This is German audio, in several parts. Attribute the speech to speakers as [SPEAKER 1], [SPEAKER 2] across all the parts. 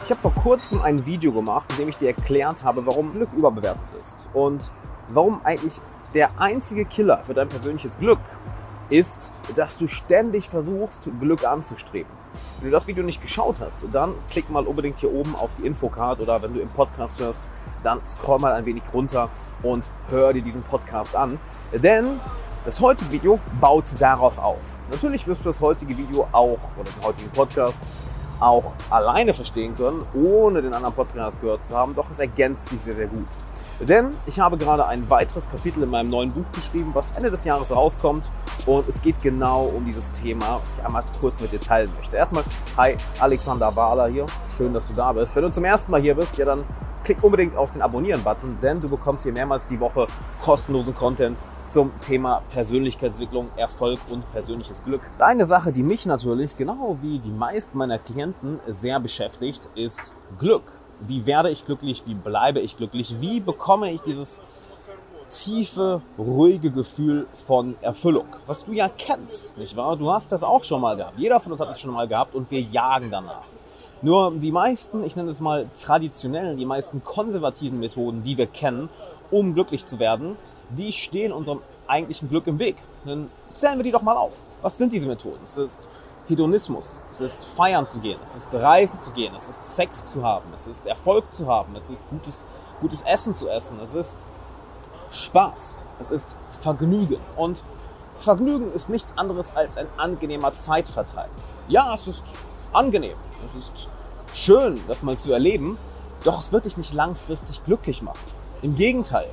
[SPEAKER 1] Ich habe vor kurzem ein Video gemacht, in dem ich dir erklärt habe, warum Glück überbewertet ist und warum eigentlich der einzige Killer für dein persönliches Glück ist, dass du ständig versuchst, Glück anzustreben. Wenn du das Video nicht geschaut hast, dann klick mal unbedingt hier oben auf die Infocard oder wenn du im Podcast hörst, dann scroll mal ein wenig runter und hör dir diesen Podcast an. Denn das heutige Video baut darauf auf. Natürlich wirst du das heutige Video auch oder den heutigen Podcast auch alleine verstehen können, ohne den anderen Podcast gehört zu haben, doch es ergänzt sich sehr, sehr gut. Denn ich habe gerade ein weiteres Kapitel in meinem neuen Buch geschrieben, was Ende des Jahres rauskommt und es geht genau um dieses Thema, was ich einmal kurz mit dir teilen möchte. Erstmal, hi, Alexander Wahler hier, schön, dass du da bist. Wenn du zum ersten Mal hier bist, ja dann klick unbedingt auf den Abonnieren-Button, denn du bekommst hier mehrmals die Woche kostenlosen Content zum Thema Persönlichkeitsentwicklung, Erfolg und persönliches Glück. Eine Sache, die mich natürlich, genau wie die meisten meiner Klienten, sehr beschäftigt, ist Glück. Wie werde ich glücklich? Wie bleibe ich glücklich? Wie bekomme ich dieses tiefe, ruhige Gefühl von Erfüllung? Was du ja kennst, nicht wahr? Du hast das auch schon mal gehabt. Jeder von uns hat es schon mal gehabt und wir jagen danach. Nur die meisten, ich nenne es mal traditionellen, die meisten konservativen Methoden, die wir kennen, um glücklich zu werden, die stehen unserem eigentlichen Glück im Weg. Dann zählen wir die doch mal auf. Was sind diese Methoden? Es ist Hedonismus, es ist feiern zu gehen, es ist reisen zu gehen, es ist Sex zu haben, es ist Erfolg zu haben, es ist gutes Essen zu essen, es ist Spaß, es ist Vergnügen. Und Vergnügen ist nichts anderes als ein angenehmer Zeitvertreib. Ja, es ist angenehm, es ist schön, das mal zu erleben, doch es wird dich nicht langfristig glücklich machen. Im Gegenteil.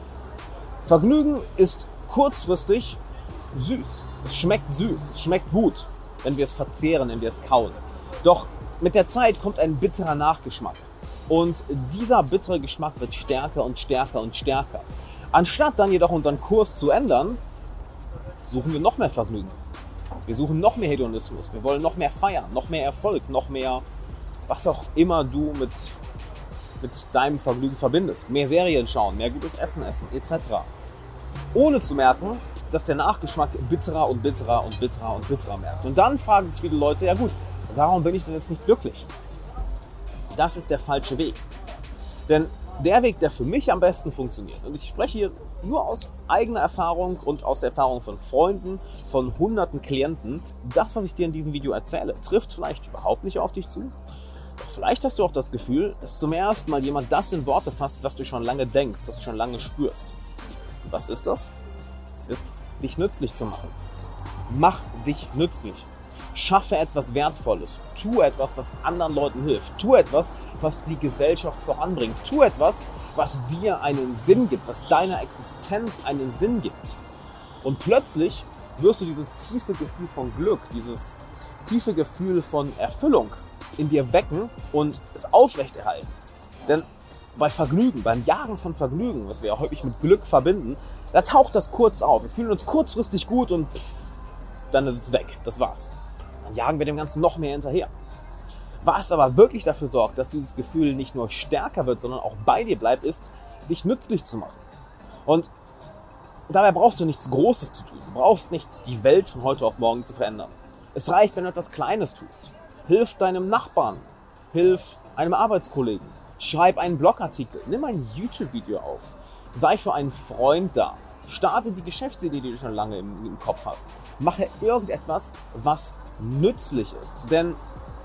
[SPEAKER 1] Vergnügen ist kurzfristig süß. Es schmeckt süß, es schmeckt gut, wenn wir es verzehren, wenn wir es kauen. Doch mit der Zeit kommt ein bitterer Nachgeschmack. Und dieser bittere Geschmack wird stärker und stärker und stärker. Anstatt dann jedoch unseren Kurs zu ändern, suchen wir noch mehr Vergnügen. Wir suchen noch mehr Hedonismus. Wir wollen noch mehr feiern, noch mehr Erfolg, noch mehr, was auch immer du mit deinem Vergnügen verbindest. Mehr Serien schauen, mehr gutes Essen essen, etc. Ohne zu merken, dass der Nachgeschmack bitterer und bitterer und bitterer und bitterer merkt. Und dann fragen sich viele Leute, ja gut, warum bin ich denn jetzt nicht glücklich? Das ist der falsche Weg. Denn der Weg, der für mich am besten funktioniert, und ich spreche hier nur aus eigener Erfahrung und aus der Erfahrung von Freunden, von hunderten Klienten, das, was ich dir in diesem Video erzähle, trifft vielleicht überhaupt nicht auf dich zu. Doch vielleicht hast du auch das Gefühl, dass zum ersten Mal jemand das in Worte fasst, was du schon lange denkst, das du schon lange spürst. Und was ist das? Es ist, dich nützlich zu machen. Mach dich nützlich. Schaffe etwas Wertvolles. Tu etwas, was anderen Leuten hilft. Tu etwas, was die Gesellschaft voranbringt. Tu etwas, was dir einen Sinn gibt, was deiner Existenz einen Sinn gibt. Und plötzlich wirst du dieses tiefe Gefühl von Glück, dieses tiefe Gefühl von Erfüllung in dir wecken und es aufrechterhalten. Denn bei Vergnügen, beim Jagen von Vergnügen, was wir ja häufig mit Glück verbinden, da taucht das kurz auf. Wir fühlen uns kurzfristig gut und dann ist es weg. Das war's. Dann jagen wir dem Ganzen noch mehr hinterher. Was aber wirklich dafür sorgt, dass dieses Gefühl nicht nur stärker wird, sondern auch bei dir bleibt, ist, dich nützlich zu machen. Und dabei brauchst du nichts Großes zu tun. Du brauchst nicht die Welt von heute auf morgen zu verändern. Es reicht, wenn du etwas Kleines tust. Hilf deinem Nachbarn. Hilf einem Arbeitskollegen. Schreib einen Blogartikel. Nimm ein YouTube-Video auf. Sei für einen Freund da. Starte die Geschäftsidee, die du schon lange im Kopf hast. Mache irgendetwas, was nützlich ist. Denn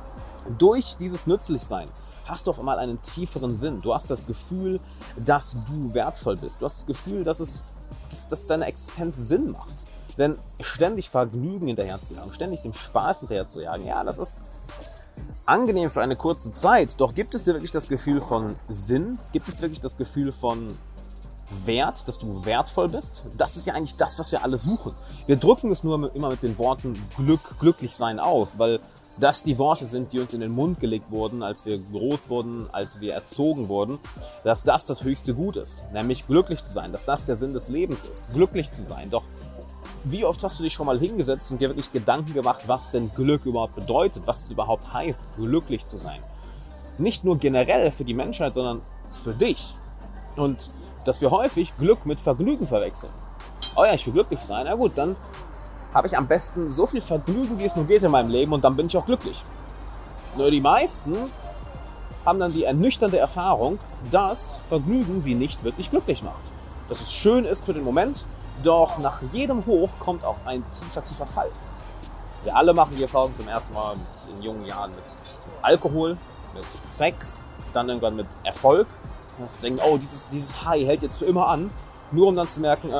[SPEAKER 1] durch dieses Nützlichsein hast du auf einmal einen tieferen Sinn. Du hast das Gefühl, dass du wertvoll bist. Du hast das Gefühl, dass deine Existenz Sinn macht. Denn ständig Vergnügen hinterher zu jagen, ständig dem Spaß hinterher zu jagen, ja, das ist angenehm für eine kurze Zeit. Doch gibt es dir wirklich das Gefühl von Sinn? Gibt es wirklich das Gefühl von Wert, dass du wertvoll bist? Das ist ja eigentlich das, was wir alle suchen. Wir drücken es nur immer mit den Worten Glück, glücklich sein aus, weil das die Worte sind, die uns in den Mund gelegt wurden, als wir groß wurden, als wir erzogen wurden, dass das höchste Gut ist, nämlich glücklich zu sein, dass das der Sinn des Lebens ist, glücklich zu sein. Doch wie oft hast du dich schon mal hingesetzt und dir wirklich Gedanken gemacht, was denn Glück überhaupt bedeutet, was es überhaupt heißt, glücklich zu sein? Nicht nur generell für die Menschheit, sondern für dich. Und dass wir häufig Glück mit Vergnügen verwechseln. Oh ja, ich will glücklich sein, na gut, dann habe ich am besten so viel Vergnügen, wie es nur geht in meinem Leben und dann bin ich auch glücklich. Nur die meisten haben dann die ernüchternde Erfahrung, dass Vergnügen sie nicht wirklich glücklich macht. Dass es schön ist für den Moment, doch nach jedem Hoch kommt auch ein tiefer Fall. Wir alle machen die Erfahrung zum ersten Mal in jungen Jahren mit Alkohol, mit Sex, dann irgendwann mit Erfolg. Und wir denken, oh, dieses High hält jetzt für immer an, nur um dann zu merken,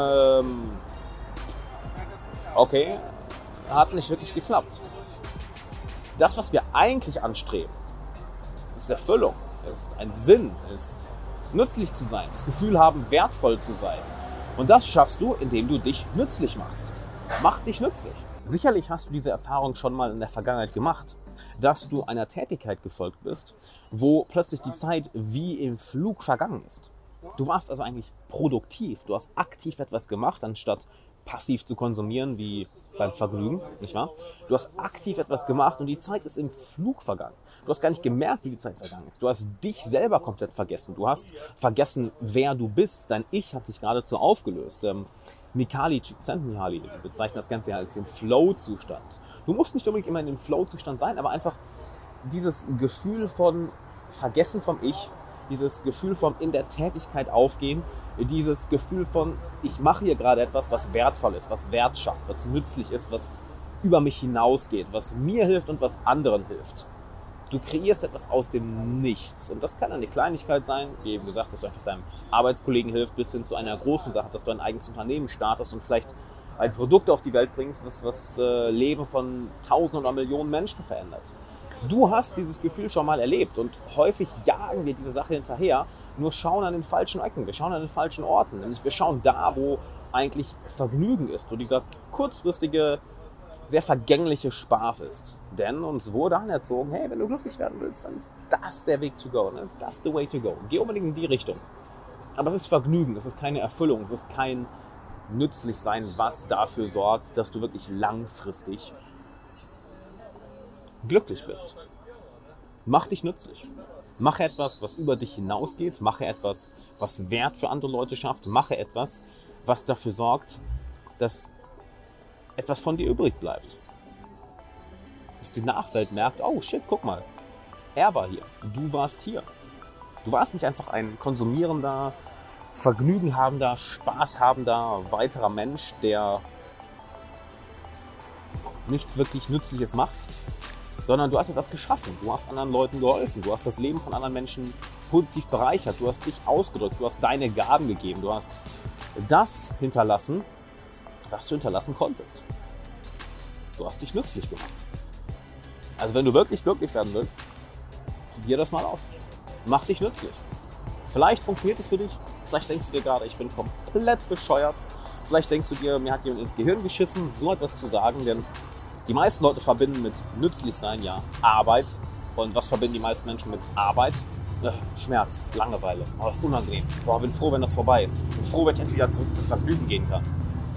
[SPEAKER 1] okay, hat nicht wirklich geklappt. Das, was wir eigentlich anstreben, ist Erfüllung, ist ein Sinn, ist nützlich zu sein, das Gefühl haben, wertvoll zu sein. Und das schaffst du, indem du dich nützlich machst. Mach dich nützlich. Sicherlich hast du diese Erfahrung schon mal in der Vergangenheit gemacht, dass du einer Tätigkeit gefolgt bist, wo plötzlich die Zeit wie im Flug vergangen ist. Du warst also eigentlich produktiv, du hast aktiv etwas gemacht, anstatt passiv zu konsumieren wie beim Vergnügen, nicht wahr? Du hast aktiv etwas gemacht und die Zeit ist im Flug vergangen. Du hast gar nicht gemerkt, wie die Zeit vergangen ist. Du hast dich selber komplett vergessen. Du hast vergessen, wer du bist. Dein Ich hat sich geradezu aufgelöst. Mihaly Csikszentmihalyi bezeichnet das Ganze als den Flow-Zustand. Du musst nicht unbedingt immer in dem Flow-Zustand sein, aber einfach dieses Gefühl von Vergessen vom Ich, dieses Gefühl von in der Tätigkeit aufgehen, dieses Gefühl von, ich mache hier gerade etwas, was wertvoll ist, was Wert schafft, was nützlich ist, was über mich hinausgeht, was mir hilft und was anderen hilft. Du kreierst etwas aus dem Nichts. Und das kann eine Kleinigkeit sein, wie eben gesagt, dass du einfach deinem Arbeitskollegen hilfst, bis hin zu einer großen Sache, dass du ein eigenes Unternehmen startest und vielleicht ein Produkt auf die Welt bringst, was Leben von Tausenden oder Millionen Menschen verändert. Du hast dieses Gefühl schon mal erlebt und häufig jagen wir diese Sache hinterher, nur schauen an den falschen Ecken, wir schauen an den falschen Orten. Nämlich wir schauen da, wo eigentlich Vergnügen ist, wo dieser kurzfristige, sehr vergängliche Spaß ist. Denn uns wurde anerzogen, hey, wenn du glücklich werden willst, dann ist das der Weg to go, dann ist das the way to go. Geh unbedingt in die Richtung. Aber es ist Vergnügen, es ist keine Erfüllung, es ist kein Nützlichsein, was dafür sorgt, dass du wirklich langfristig glücklich bist. Mach dich nützlich. Mache etwas, was über dich hinausgeht. Mache etwas, was Wert für andere Leute schafft. Mache etwas, was dafür sorgt, dass etwas von dir übrig bleibt. Dass die Nachwelt merkt, oh shit, guck mal, er war hier, du warst hier. Du warst nicht einfach ein konsumierender, Vergnügen habender, Spaß habender, weiterer Mensch, der nichts wirklich Nützliches macht, sondern du hast etwas geschaffen, du hast anderen Leuten geholfen, du hast das Leben von anderen Menschen positiv bereichert, du hast dich ausgedrückt, du hast deine Gaben gegeben, du hast das hinterlassen, was du hinterlassen konntest. Du hast dich nützlich gemacht. Also wenn du wirklich glücklich werden willst, probier das mal aus. Mach dich nützlich. Vielleicht funktioniert es für dich, vielleicht denkst du dir gerade, ich bin komplett bescheuert. Vielleicht denkst du dir, mir hat jemand ins Gehirn geschissen, so etwas zu sagen, denn die meisten Leute verbinden mit nützlich sein, ja, Arbeit. Und was verbinden die meisten Menschen mit Arbeit? Schmerz, Langeweile, das ist unangenehm. Boah, bin froh, wenn das vorbei ist. Bin froh, wenn ich endlich wieder zurück zum Vergnügen gehen kann.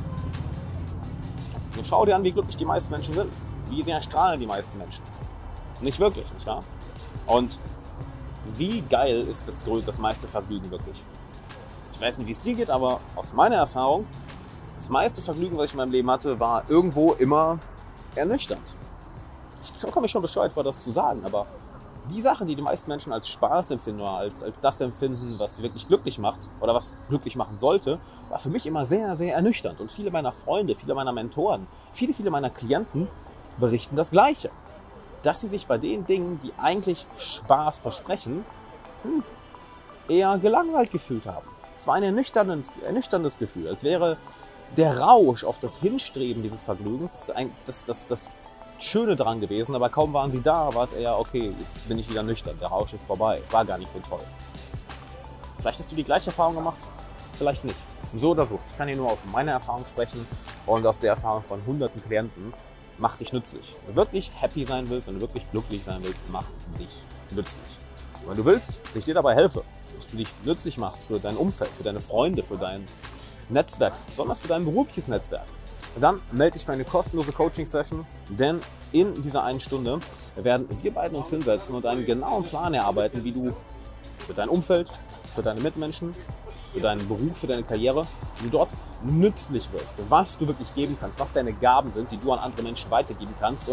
[SPEAKER 1] Und schau dir an, wie glücklich die meisten Menschen sind. Wie sehr strahlen die meisten Menschen. Nicht wirklich, nicht wahr? Und wie geil ist das meiste Vergnügen wirklich? Ich weiß nicht, wie es dir geht, aber aus meiner Erfahrung, das meiste Vergnügen, was ich in meinem Leben hatte, war irgendwo immer ernüchternd. Ich komme mir schon bescheuert vor, das zu sagen, aber die Sache, die die meisten Menschen als Spaß empfinden oder als das empfinden, was sie wirklich glücklich macht oder was glücklich machen sollte, war für mich immer sehr, sehr ernüchternd. Und viele meiner Freunde, viele meiner Mentoren, viele meiner Klienten berichten das Gleiche. Dass sie sich bei den Dingen, die eigentlich Spaß versprechen, eher gelangweilt gefühlt haben. Es war ein ernüchterndes Gefühl, als wäre der Rausch auf das Hinstreben dieses Vergnügens das Schöne dran gewesen, aber kaum waren sie da, war es eher, okay, jetzt bin ich wieder nüchtern, der Rausch ist vorbei, war gar nicht so toll. Vielleicht hast du die gleiche Erfahrung gemacht, vielleicht nicht. So oder so, ich kann hier nur aus meiner Erfahrung sprechen und aus der Erfahrung von hunderten Klienten. Mach dich nützlich. Wenn du wirklich happy sein willst, wenn du wirklich glücklich sein willst, mach dich nützlich. Und wenn du willst, dass ich dir dabei helfe, dass du dich nützlich machst für dein Umfeld, für deine Freunde, für dein Netzwerk, besonders für dein berufliches Netzwerk, dann melde dich für eine kostenlose Coaching-Session, denn in dieser einen Stunde werden wir beiden uns hinsetzen und einen genauen Plan erarbeiten, wie du für dein Umfeld, für deine Mitmenschen, für deinen Beruf, für deine Karriere, wie du dort nützlich wirst, was du wirklich geben kannst, was deine Gaben sind, die du an andere Menschen weitergeben kannst und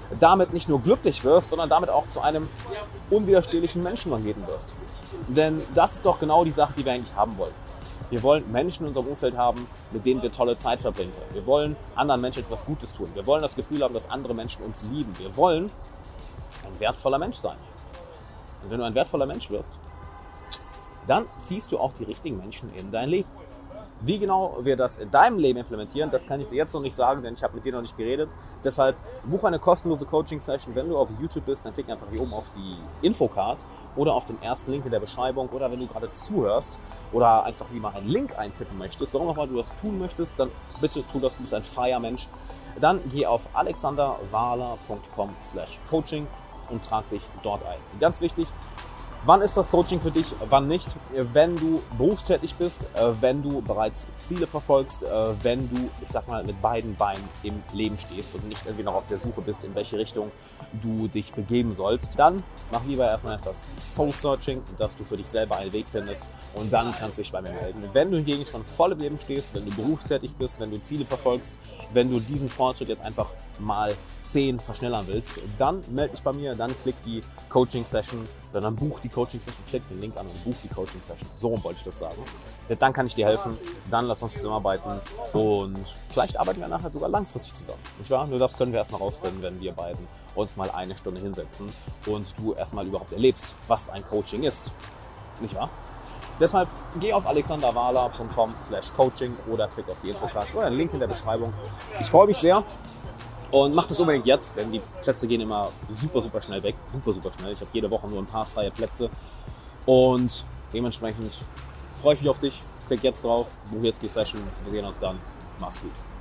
[SPEAKER 1] damit nicht nur glücklich wirst, sondern damit auch zu einem unwiderstehlichen Menschenmagneten wirst. Denn das ist doch genau die Sache, die wir eigentlich haben wollen. Wir wollen Menschen in unserem Umfeld haben, mit denen wir tolle Zeit verbringen können. Wir wollen anderen Menschen etwas Gutes tun. Wir wollen das Gefühl haben, dass andere Menschen uns lieben. Wir wollen ein wertvoller Mensch sein. Und wenn du ein wertvoller Mensch wirst, dann ziehst du auch die richtigen Menschen in dein Leben. Wie genau wir das in deinem Leben implementieren, das kann ich dir jetzt noch nicht sagen, denn ich habe mit dir noch nicht geredet. Deshalb buche eine kostenlose Coaching-Session. Wenn du auf YouTube bist, dann klick einfach hier oben auf die Infocard oder auf den ersten Link in der Beschreibung. Oder wenn du gerade zuhörst oder einfach wie mal einen Link eintippen möchtest, warum auch immer du das tun möchtest, dann bitte tu das, du bist ein freier Mensch. Dann geh auf alexanderwahler.com/coaching und trag dich dort ein. Ganz wichtig, wann ist das Coaching für dich, wann nicht? Wenn du berufstätig bist, wenn du bereits Ziele verfolgst, wenn du, ich sag mal, mit beiden Beinen im Leben stehst und nicht irgendwie noch auf der Suche bist, in welche Richtung du dich begeben sollst, dann mach lieber erstmal etwas Soul-Searching, dass du für dich selber einen Weg findest und dann kannst du dich bei mir melden. Wenn du hingegen schon voll im Leben stehst, wenn du berufstätig bist, wenn du Ziele verfolgst, wenn du diesen Fortschritt jetzt einfach mal 10 verschnellern willst, dann melde dich bei mir, dann klick die Coaching-Session, dann buch die Coaching-Session, klick den Link an und buch die Coaching-Session. So rum wollte ich das sagen. Denn dann kann ich dir helfen, dann lass uns zusammenarbeiten und vielleicht arbeiten wir nachher sogar langfristig zusammen. Nicht wahr? Nur das können wir erstmal rausfinden, wenn wir beiden uns mal eine Stunde hinsetzen und du erstmal überhaupt erlebst, was ein Coaching ist. Nicht wahr? Deshalb geh auf alexanderwahler.com/coaching oder klick auf die Infocard oder den Link in der Beschreibung. Ich freue mich sehr. Und mach das unbedingt jetzt, denn die Plätze gehen immer super, super schnell weg. Super, super schnell. Ich habe jede Woche nur ein paar freie Plätze. Und dementsprechend freue ich mich auf dich. Klick jetzt drauf, buch jetzt die Session. Wir sehen uns dann. Mach's gut.